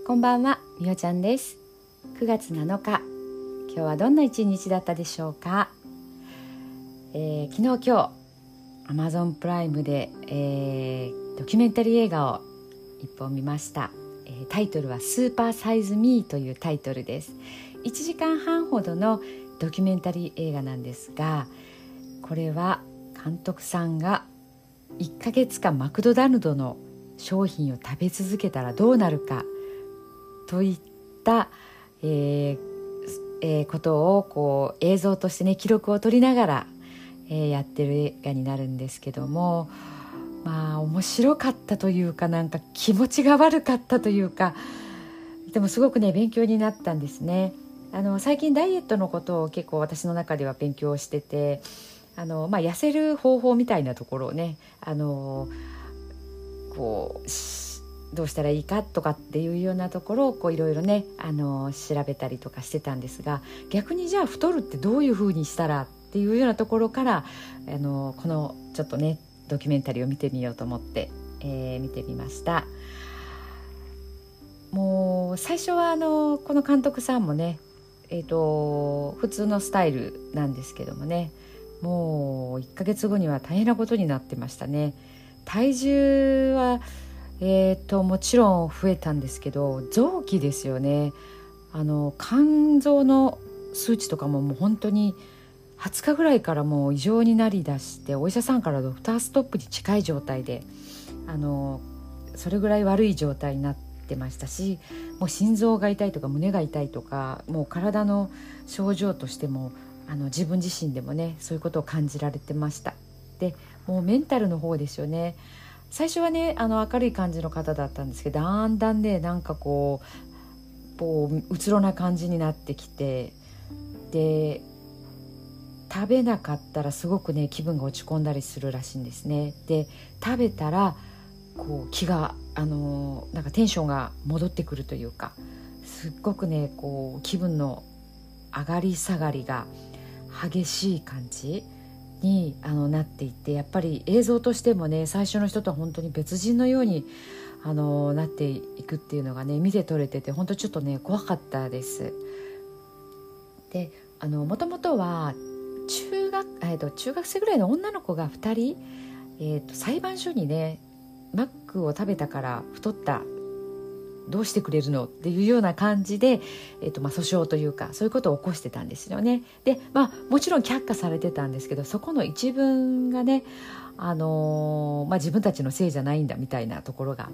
こんばんは、みおちゃんです。9月7日、今日はどんな一日だったでしょうか。昨日今日 Amazon プライムで、ドキュメンタリー映画を一本見ました。タイトルはスーパーサイズミーというタイトルです。1時間半ほどのドキュメンタリー映画なんですが、これは監督さんが1ヶ月間マクドナルドの商品を食べ続けたらどうなるかといった、ことを映像としてね、記録を取りながら、やってる映画になるんですけども、面白かったというか、なんか気持ちが悪かったというか、でもすごくね勉強になったんですね。最近ダイエットのことを結構私の中では勉強してて、痩せる方法みたいなところをね、どうしたらいいかとかっていうようなところをいろいろね、調べたりとかしてたんですが、逆にじゃあ太るってどういうふうにしたらっていうようなところから、このちょっとねドキュメンタリーを見てみようと思って、見てみました。もう最初はこの監督さんもね、普通のスタイルなんですけどもね、もう1ヶ月後には大変なことになってましたね。体重はもちろん増えたんですけど、臓器ですよね。肝臓の数値とかももう本当に20日ぐらいからもう異常になりだして、お医者さんからドクターストップに近い状態で、それぐらい悪い状態になってましたし、もう心臓が痛いとか胸が痛いとか、もう体の症状としても自分自身でもねそういうことを感じられてました。でもうメンタルの方ですよね。最初はね明るい感じの方だったんですけど、だんだんねなんかうつろな感じになってきて、で食べなかったらすごくね気分が落ち込んだりするらしいんですね。で食べたら気がなんかテンションが戻ってくるというか、すっごくね気分の上がり下がりが激しい感じになっていて、やっぱり映像としてもね最初の人とは本当に別人のようになっていくっていうのがね見て取れてて、本当ちょっとね怖かったです。でもともとは中学生ぐらいの女の子が2人、裁判所にねマックを食べたから太ったどうしてくれるのっていうような感じで、訴訟というかそういうことを起こしてたんですよね。で、もちろん却下されてたんですけど、そこの一文がね、自分たちのせいじゃないんだみたいなところがあって、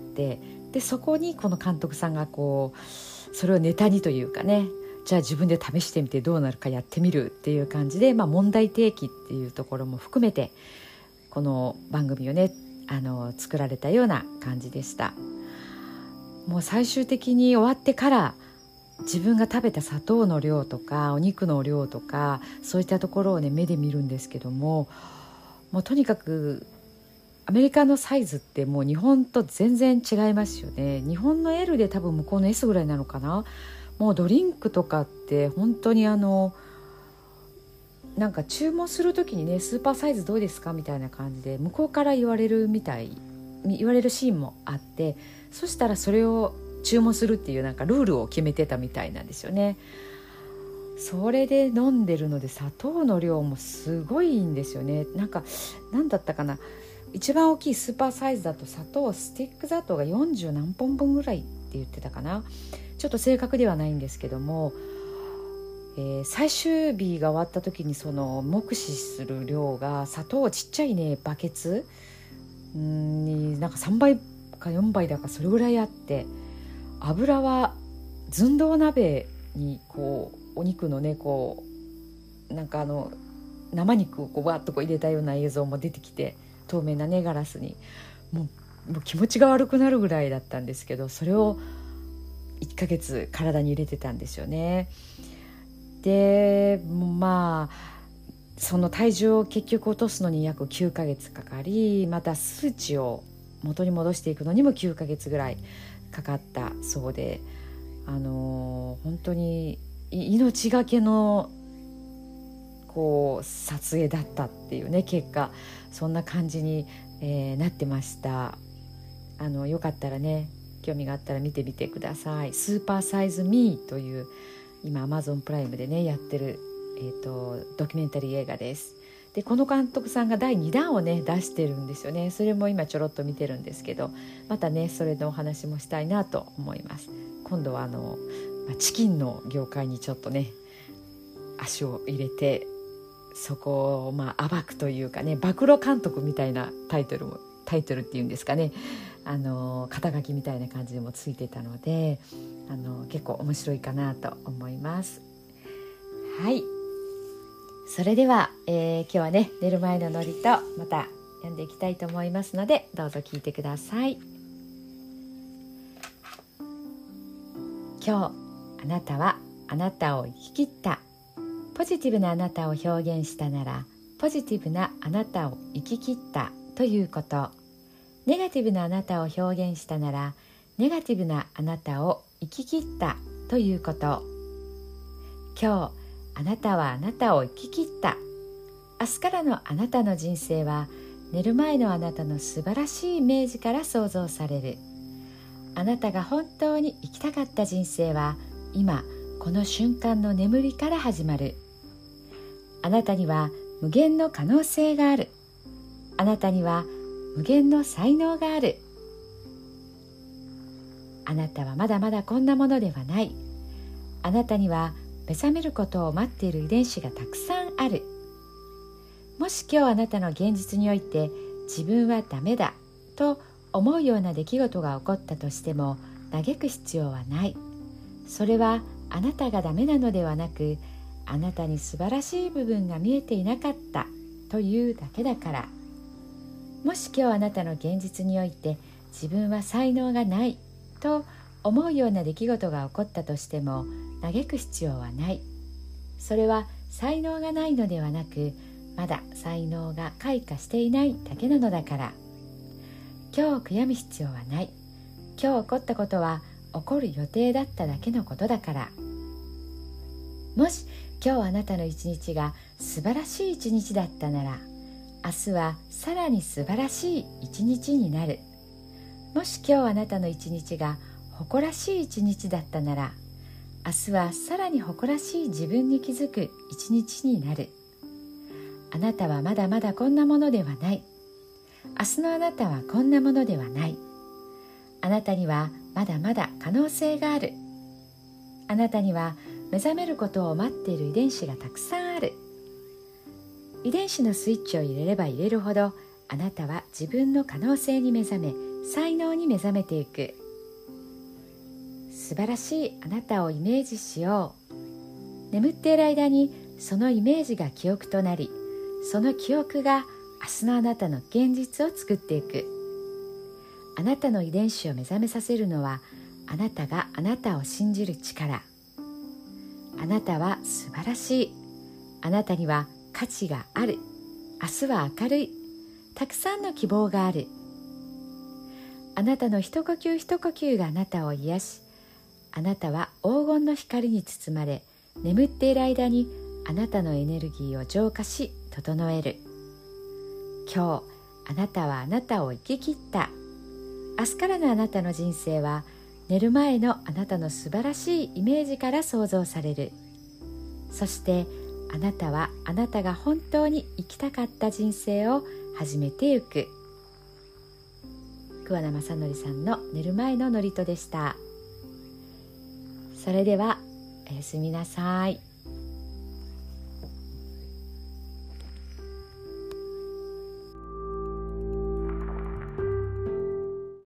でそこにこの監督さんがそれをネタにというかね、じゃあ自分で試してみてどうなるかやってみるっていう感じで、問題提起っていうところも含めてこの番組をね作られたような感じでした。もう最終的に終わってから自分が食べた砂糖の量とかお肉の量とかそういったところをね目で見るんですけども、もうとにかくアメリカのサイズってもう日本と全然違いますよね。日本の L で多分向こうの S ぐらいなのかな。もうドリンクとかって本当になんか注文する時にねスーパーサイズどうですかみたいな感じで向こうから言われるシーンもあって、そしたらそれを注文するっていうなんかルールを決めてたみたいなんですよね。それで飲んでるので砂糖の量もすごいんですよね。なんだったかな、一番大きいスーパーサイズだとスティック砂糖が40何本分ぐらいって言ってたかな。ちょっと正確ではないんですけども、最終日が終わった時にその目視する量が砂糖ちっちゃいねバケツになんか3倍か4倍だかそれぐらいあって、油は寸胴鍋にお肉のねなんか生肉をわっと入れたような映像も出てきて、透明なねガラスにもう気持ちが悪くなるぐらいだったんですけど、それを1ヶ月体に入れてたんですよね。でその体重を結局落とすのに約9ヶ月かかり、また数値を元に戻していくのにも9ヶ月ぐらいかかったそうで、本当に命がけの撮影だったっていうね結果、そんな感じに、なってました。よかったらね興味があったら見てみてください。スーパーサイズミーという今 Amazon プライムでねやってる、ドキュメンタリー映画です。でこの監督さんが第2弾をね出してるんですよね。それも今ちょろっと見てるんですけど、またねそれのお話もしたいなと思います。今度はチキンの業界にちょっとね足を入れて、そこを暴くというかね、暴露監督みたいなタイトルっていうんですかね、肩書きみたいな感じでもついてたので、結構面白いかなと思います。はい、それでは、今日はね寝る前の祝詞とまた読んでいきたいと思いますので、どうぞ聞いてください。今日あなたはあなたを生き切った。ポジティブなあなたを表現したなら、ポジティブなあなたを生き切ったということ。ネガティブなあなたを表現したなら、ネガティブなあなたを生き切ったということ。今日あなたはあなたを生き切った。明日からのあなたの人生は、寝る前のあなたの素晴らしいイメージから想像される。あなたが本当に生きたかった人生は、今この瞬間の眠りから始まる。あなたには無限の可能性がある。あなたには無限の才能がある。あなたはまだまだこんなものではない。あなたには目覚めることを待っている遺伝子がたくさんある。もし今日あなたの現実において自分はダメだと思うような出来事が起こったとしても、嘆く必要はない。それはあなたがダメなのではなく、あなたに素晴らしい部分が見えていなかったというだけだから。もし今日あなたの現実において自分は才能がないと思うような出来事が起こったとしても、嘆く必要はない。それは才能がないのではなく、まだ才能が開花していないだけなのだから。今日悔やむ必要はない。今日起こったことは起こる予定だっただけのことだから。もし今日あなたの一日が素晴らしい一日だったなら、明日はさらに素晴らしい一日になる。もし今日あなたの一日が誇らしい一日だったなら、明日はさらに誇らしい自分に気づく一日になる。あなたはまだまだこんなものではない。明日のあなたはこんなものではない。あなたにはまだまだ可能性がある。あなたには目覚めることを待っている遺伝子がたくさんある。遺伝子のスイッチを入れれば入れるほど、あなたは自分の可能性に目覚め、才能に目覚めていく。素晴らしいあなたをイメージしよう。眠っている間にそのイメージが記憶となり、その記憶が明日のあなたの現実を作っていく。あなたの遺伝子を目覚めさせるのは、あなたがあなたを信じる力。あなたは素晴らしい。あなたには価値がある。明日は明るい。たくさんの希望がある。あなたの一呼吸一呼吸があなたを癒し、あなたは黄金の光に包まれ、眠っている間にあなたのエネルギーを浄化し整える。今日あなたはあなたを生き切った。明日からのあなたの人生は、寝る前のあなたの素晴らしいイメージから想像される。そしてあなたはあなたが本当に生きたかった人生を始めてゆく。桑名正則さんの寝る前の祝詞でした。それではおやすみなさい。